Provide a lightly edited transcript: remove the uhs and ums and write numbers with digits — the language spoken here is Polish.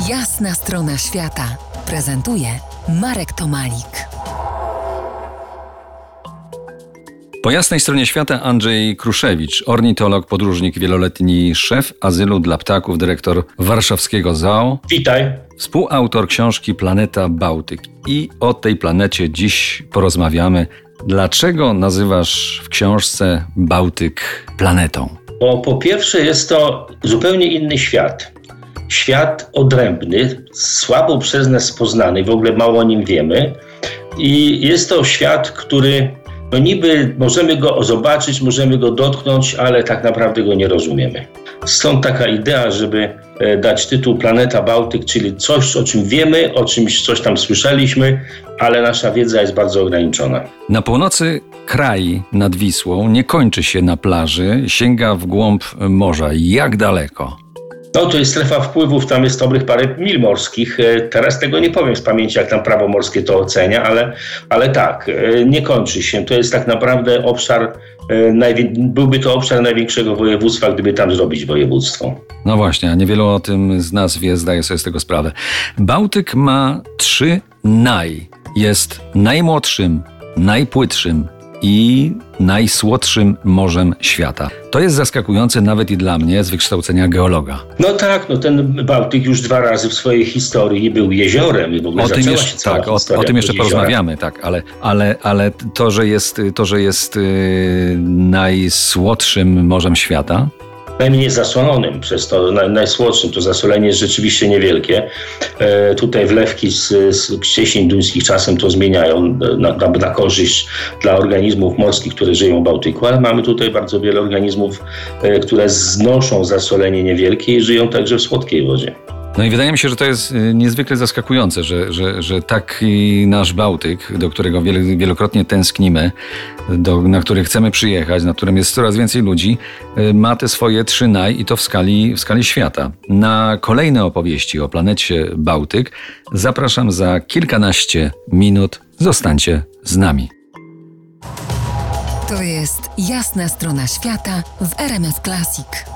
Jasna strona świata prezentuje Marek Tomalik. Po jasnej stronie świata Andrzej Kruszewicz, ornitolog, podróżnik, wieloletni szef azylu dla ptaków, dyrektor warszawskiego zoo. Witaj. Współautor książki Planeta Bałtyk. I o tej planecie dziś porozmawiamy. Dlaczego nazywasz w książce Bałtyk planetą? Bo po pierwsze jest to zupełnie inny świat. Świat odrębny, słabo przez nas poznany, w ogóle mało o nim wiemy. I jest to świat, który niby możemy go zobaczyć, możemy go dotknąć, ale tak naprawdę go nie rozumiemy. Stąd taka idea, żeby dać tytuł Planeta Bałtyk, czyli coś, o czym wiemy, o czymś coś tam słyszeliśmy, ale nasza wiedza jest bardzo ograniczona. Na północy kraj nad Wisłą nie kończy się na plaży, sięga w głąb morza. Jak daleko? No to jest strefa wpływów, tam jest dobrych parę mil morskich. Teraz tego nie powiem z pamięci, jak tam prawo morskie to ocenia, ale tak, nie kończy się. To jest tak naprawdę obszar, byłby to obszar największego województwa, gdyby tam zrobić województwo. No właśnie, a niewielu o tym z nas wie, zdaje sobie z tego sprawę. Bałtyk ma 3 naj. Jest najmłodszym, najpłytszym i najsłodszym morzem świata. To jest zaskakujące nawet i dla mnie z wykształcenia geologa. No tak, ten Bałtyk już 2 razy w swojej historii był jeziorem i w ogóle zaczęła się cała historia. O tym jeszcze porozmawiamy, tak, ale to, że jest najsłodszym morzem świata. Najmniej zasłononym, przez to najsłodszym, to zasolenie jest rzeczywiście niewielkie. Tutaj wlewki z cieśnin duńskich czasem to zmieniają na korzyść dla organizmów morskich, które żyją w Bałtyku, ale mamy tutaj bardzo wiele organizmów, które znoszą zasolenie niewielkie i żyją także w słodkiej wodzie. No i wydaje mi się, że to jest niezwykle zaskakujące, że taki nasz Bałtyk, do którego wielokrotnie tęsknimy, na który chcemy przyjechać, na którym jest coraz więcej ludzi, ma te swoje 3 naj i to w skali świata. Na kolejne opowieści o planecie Bałtyk zapraszam za kilkanaście minut. Zostańcie z nami. To jest Jasna strona świata w RMF Classic.